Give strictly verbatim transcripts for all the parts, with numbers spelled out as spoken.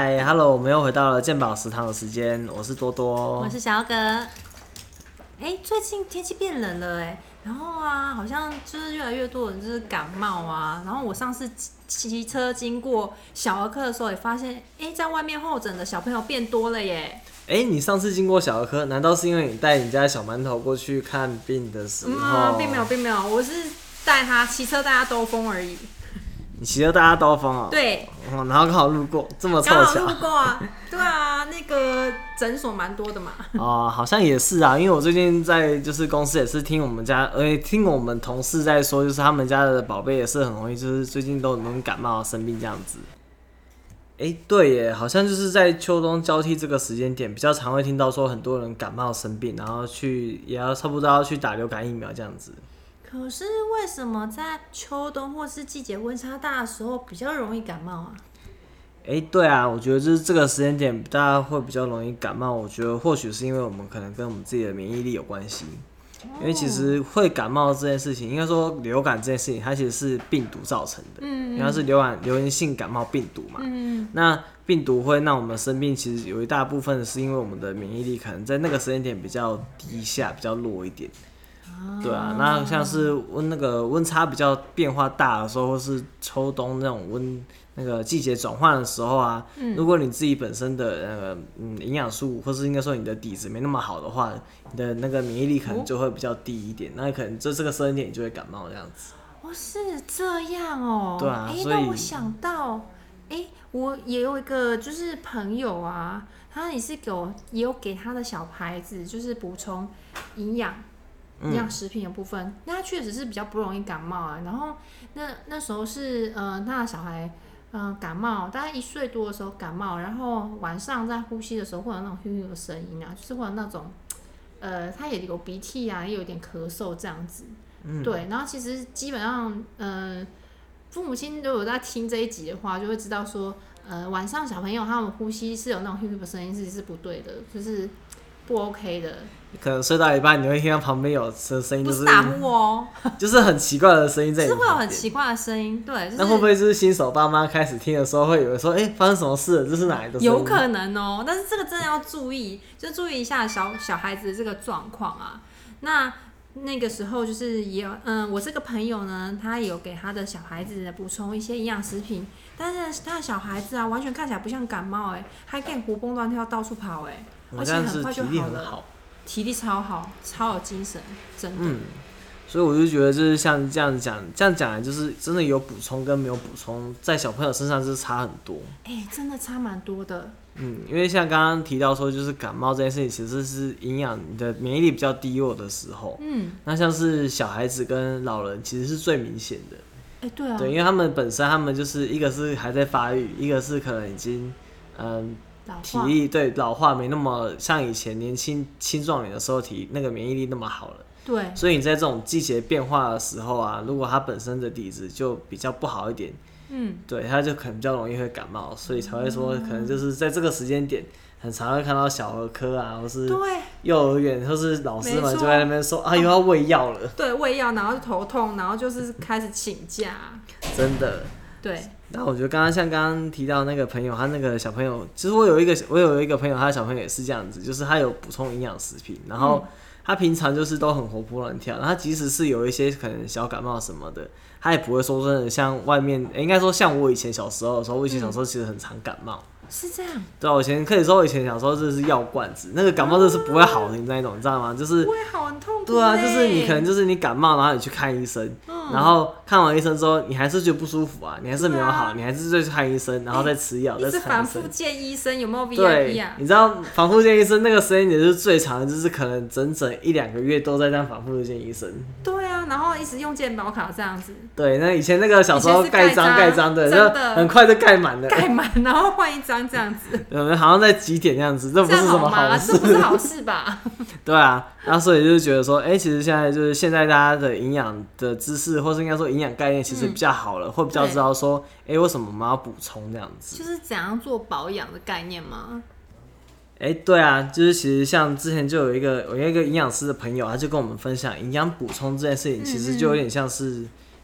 嗨 ，Hello， 我们又回到了健保食堂的时间，我是多多， 我是小葛。哎，最近天气变冷了哎，然后啊，好像就是越来越多人就是感冒啊。然后我上次骑车经过小儿科的时候，也发现，哎，在外面候诊的小朋友变多了耶。 哎，你上次经过小儿科，难道是因为你带你家小馒头过去看病的时候？嗯啊，并没有，并没有，我是带他骑车带他兜风而已。 你骑着大家兜风哦？ 对、 哦，然后刚好路过，这么凑巧。 刚好路过啊，对啊，那个诊所蛮多的嘛。 哦，好像也是啊，因为我最近在就是公司也是听我们家，呃，听我们同事在说，就是他们家的宝贝也是很容易，就是最近都很容易感冒生病这样子。哎，对耶，好像就是在秋冬交替这个时间点，比较常会听到说很多人感冒生病，然后去也要差不多要去打流感疫苗这样子。 可是为什么在秋冬或是季节温差大的时候比较容易感冒啊？ 哎，对啊，我觉得就是这个时间点大家会比较容易感冒，我觉得或许是因为我们可能跟我们自己的免疫力有关系。因为其实会感冒这件事情，应该说流感这件事情，它其实是病毒造成的，嗯，因为它是流感流行性感冒病毒嘛，嗯，那病毒会让我们生病，其实有一大部分是因为我们的免疫力可能在那个时间点比较低下，比较弱一点。对啊，那像是温那个温差比较变化大的时候，或是秋冬那种温那个季节转换的时候啊，嗯、如果你自己本身的那个嗯营养素，或是应该说你的底子没那么好的话，你的那个免疫力可能就会比较低一点，哦、那可能就这个时间点你就会感冒这样子。 哦，是这样哦。 对啊， 欸、 所以那我想到，哎、欸，我也有一个就是朋友啊，他也是给我也有给他的小孩子就是补充营养。营养食品的部分，嗯、那他确实是比较不容易感冒啊。然后那那时候是，呃，他的小孩，嗯、呃，感冒，大概一岁多的时候感冒，然后晚上在呼吸的时候会有那种呼呼的声音啊，就是会有那种，呃，他也有鼻涕啊，也有点咳嗽这样子。嗯、对，然后其实基本上，呃，父母亲如果在听这一集的话，就会知道说，呃，晚上小朋友他们呼吸是有那种呼呼的声音，是是不对的，就是不 OK 的。 可能睡到一半，你会听到旁边有声音，就是不是打呼哦， 就是很奇怪的声音在你旁边， 是会有很奇怪的声音，对。就是、 那会不会就是新手爸妈开始听的时候，会以为说，哎、欸，发生什么事了？这是哪来的声音？ 有可能哦，但是这个真的要注意，就注意一下小小孩子的这个状况啊。那那个时候就是也有，嗯，我这个朋友呢，他也有给他的小孩子补充一些营养食品，但是他的小孩子啊，完全看起来不像感冒，哎，还可以活蹦乱跳到处跑，哎，而且很快就好了。体力超好，超有精神，真的。嗯， 所以我就觉得，就是像这样讲，这样讲来，就是真的有补充跟没有补充，在小朋友身上就是差很多。 哎、欸，真的差蛮多的。 嗯，因为像刚刚提到说，就是感冒这件事情，其实是营养你的免疫力比较低弱的时候。嗯，那像是小孩子跟老人，其实是最明显的。 哎、欸，对啊。 对，因为他们本身，他们就是一个是还在发育，一个是可能已经，嗯。体力对老化没那么像以前年轻青壮年的时候体那个免疫力那么好了， 对， 所以你在这种季节变化的时候啊，如果他本身的底子就比较不好一点，嗯，对，他就可能比较容易会感冒，所以才会说可能就是在这个时间点，很常会看到小儿科啊，或是幼儿园或是老师们就在那边说啊，又要喂药了， 对，喂药，然后就头痛，然后就是开始请假， 真的。 对， 那我觉得刚刚像刚刚提到那个朋友，他那个小朋友，其实我有一个我有一个朋友，他的小朋友也是这样子，就是他有补充营养食品，然后他平常就是都很活泼乱跳，然后他即使是有一些可能小感冒什么的，他也不会说真的像外面，欸、应该说像我以前小时候的时候，我以前小时候其实很常感冒。 是这样， 对啊，我以前可以说，我以前小时候真的是药罐子，那个感冒真的是不会好的那一种，你知道吗？就是不会好，很痛苦。 对啊，就是你可能就是你感冒，然后你去看医生，嗯、然后看完医生之后，你还是觉得不舒服啊，你还是没有好，啊、你还是再去看医生，然后再吃药，欸、再看医生。 一直反复见医生，有没有 V I P 啊？ 对，你知道反复见医生那个时间点是最长的，就是可能整整一两个月都在这样反复的见医生。 对啊，然后一直用健保卡这样子。 对，那以前那个小时候盖章盖章的， 真的很快就盖满了， 盖满，然后换一张这样子。 好像在集点那样子，这不是什么好事， 这不是好事吧？ 对啊，然后所以就是觉得说，哎、欸，其实现在就是现在大家的营养的知识，或是应该说营养概念，其实比较好了，嗯、会比较知道说，哎、欸，为什么我们要补充这样子？ 就是怎样做保养的概念吗？ 哎、欸，对啊，就是其实像之前就有一个我有一个营养师的朋友，他就跟我们分享营养补充这件事情，其实就有点像是。哎、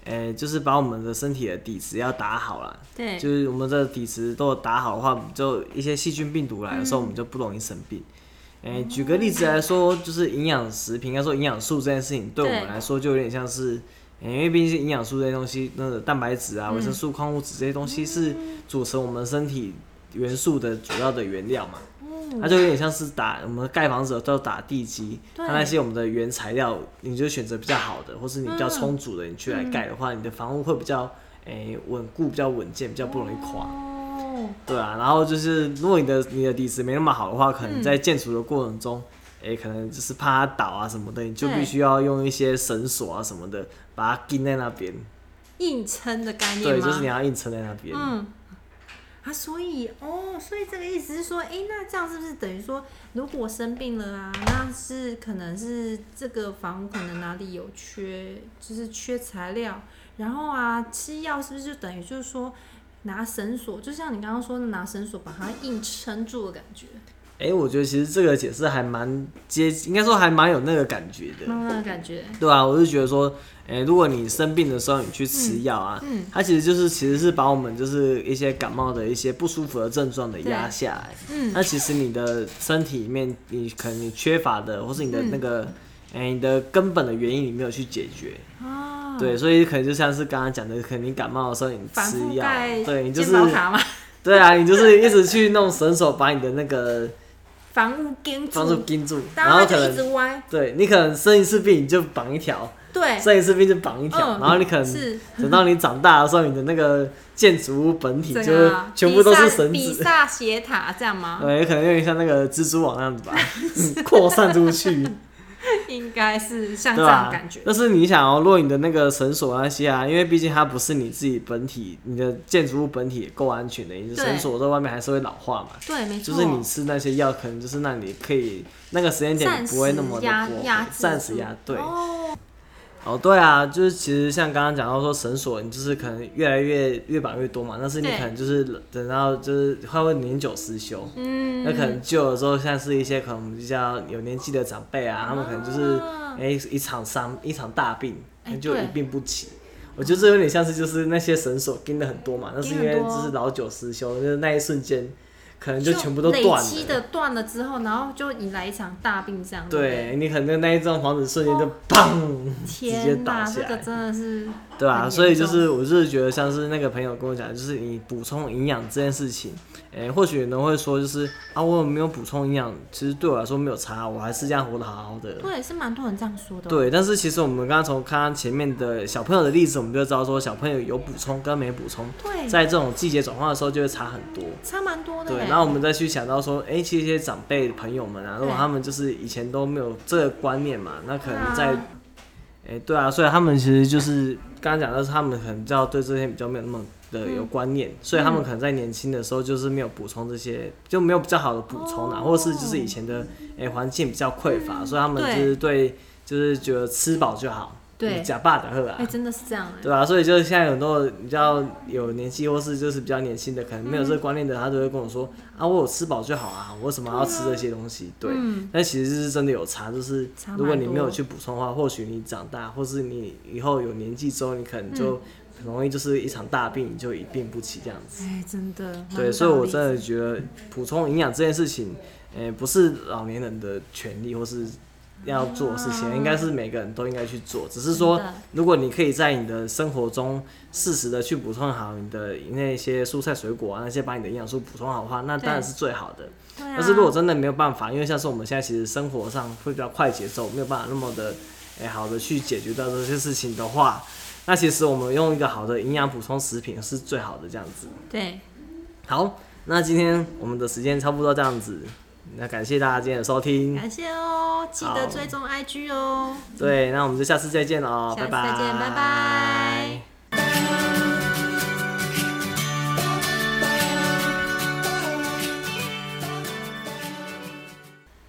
诶、就是把我们的身体的底质要打好啦。 对， 就是我们的底质都有打好的话，就一些细菌病毒来的时候，我们就不容易生病。诶、举个例子来说，就是营养食品，应该说营养素这件事情，对我们来说就有点像是。因为毕竟是营养素这些东西，那个蛋白质啊、维生素、矿物质这些东西是组成我们身体元素的主要的原料嘛，它就有点像是打我们盖房子都打地基，它那些我们的原材料，你就选择比较好的，或是你比较充足的，你去来盖的话，你的房屋会比较诶稳固、比较稳健、比较不容易垮。对啊，然后就是如果你的你的底子没那么好的话，可能在建筑的过程中。哎、欸，可能就是怕它倒啊什么的，你就必须要用一些绳索啊什么的，把它钉在那边。 硬撑的概念吗？ 对，就是你要硬撑在那边。 嗯。啊，所以哦，所以这个意思是说，哎、欸，那这样是不是等于说，如果生病了啊，那是可能是这个房屋可能哪里有缺，就是缺材料，然后啊，吃药是不是就等于就是说拿绳索，就像你刚刚说的拿绳索把它硬撑住的感觉？ 哎、欸，我觉得其实这个解释还蛮接，应该说还蛮有那个感觉的。 蛮有那个感觉。 对啊，我就觉得说，哎、欸，如果你生病的时候你去吃药啊、嗯嗯，它其实就是其实是把我们就是一些感冒的一些不舒服的症状的压下来。嗯。那其实你的身体里面，你可能你缺乏的，或是你的那个，哎、嗯欸，你的根本的原因你没有去解决。哦。对，所以可能就像是刚刚讲的，可能你感冒的时候你吃药，对你就是。对啊，你就是一直去弄绳索把你的那个。 房屋盯住， 房屋盯住，然后可能一直歪。 对你可能生一次病你就绑一条， 对， 生一次病就绑一条、嗯，然后你可能等到你长大的时候，你的那个建筑物本体就全部都是绳子， 比萨斜塔这样吗？ 对，可能有点像那个蜘蛛网那样子吧，扩散出去。 应该是像这样的感觉。 但是你想哦，如果你的那个绳索那些啊，因为毕竟它不是你自己本体，你的建筑物本体也够安全的，你的绳索在外面还是会老化嘛。 对，没错。 就是你吃那些药，可能就是让你可以那个时间点不会那么的过，暂时压对。哦哦，对啊，就是其实像刚刚讲到说绳索，你就是可能越来越越绑越多嘛，但是你可能就是等到就是它会年久失修，嗯，那可能旧了之后，像是一些可能比较有年纪的长辈啊，他们可能就是哎、欸、一场伤一场大病，就一病不起。我觉得这有点像是就是那些绳索钉的很多嘛，那是因为就是老久失修，就是那一瞬间。可能就全部都断了， 累积的断了之后，然后就引来一场大病这样。 对，你可能那一幢房子瞬间就砰，直接倒下来。 这个真的是。 对啊，所以就是我就是觉得像是那个朋友跟我讲，就是你补充营养这件事情，哎、欸，或许有人会说就是啊，我有没有补充营养，其实对我来说没有差，我还是这样活得好好的。 对，是蛮多人这样说的。 对，但是其实我们刚刚从看看前面的小朋友的例子，我们就知道说小朋友有补充跟没补充， 对， 在这种季节转换的时候就会差很多， 差蛮多的。 对，然后我们再去想到说，哎、欸，其实一些长辈朋友们啊，如果他们就是以前都没有这个观念嘛，那可能在。哎、欸，对啊，所以他们其实就是刚刚讲的是，他们可能就要对这些比较没有那么的有观念、嗯，所以他们可能在年轻的时候就是没有补充这些，就没有比较好的补充啊，哦、或者是就是以前的哎环境比较匮乏、嗯，所以他们就是对，就是觉得吃饱就好， 对， 假霸的喝啊， 哎、欸，真的是这样哎、欸， 对啊，所以就是现在很多比较有年纪或是就是比较年轻的，可能没有这个观念的，他都会跟我说、嗯、啊，我有吃饱就好啊，我为什么要吃这些东西？对，嗯、但其实是真的有差，就是如果你没有去补充的话，或许你长大，或是你以后有年纪之后，你可能就很容易就是一场大病，你就一病不起这样子。 哎、欸，真的。 对，所以我真的觉得补充营养这件事情，哎、欸，不是老年人的权利，或是。要做的事情应该是每个人都应该去做，只是说如果你可以在你的生活中适时的去补充好你的那些蔬菜水果啊，那些把你的营养素补充好的话，那当然是最好的。但、啊、是如果真的没有办法，因为像是我们现在其实生活上会比较快节奏，没有办法那么的、欸、好的去解决到这些事情的话，那其实我们用一个好的营养补充食品是最好的这样子。 对， 好，那今天我们的时间差不多这样子。那感谢大家今天的收听， 感谢哦，记得追踪 I G 哦。 对，那我们就下次再见喽，拜拜。 下次再见，拜拜。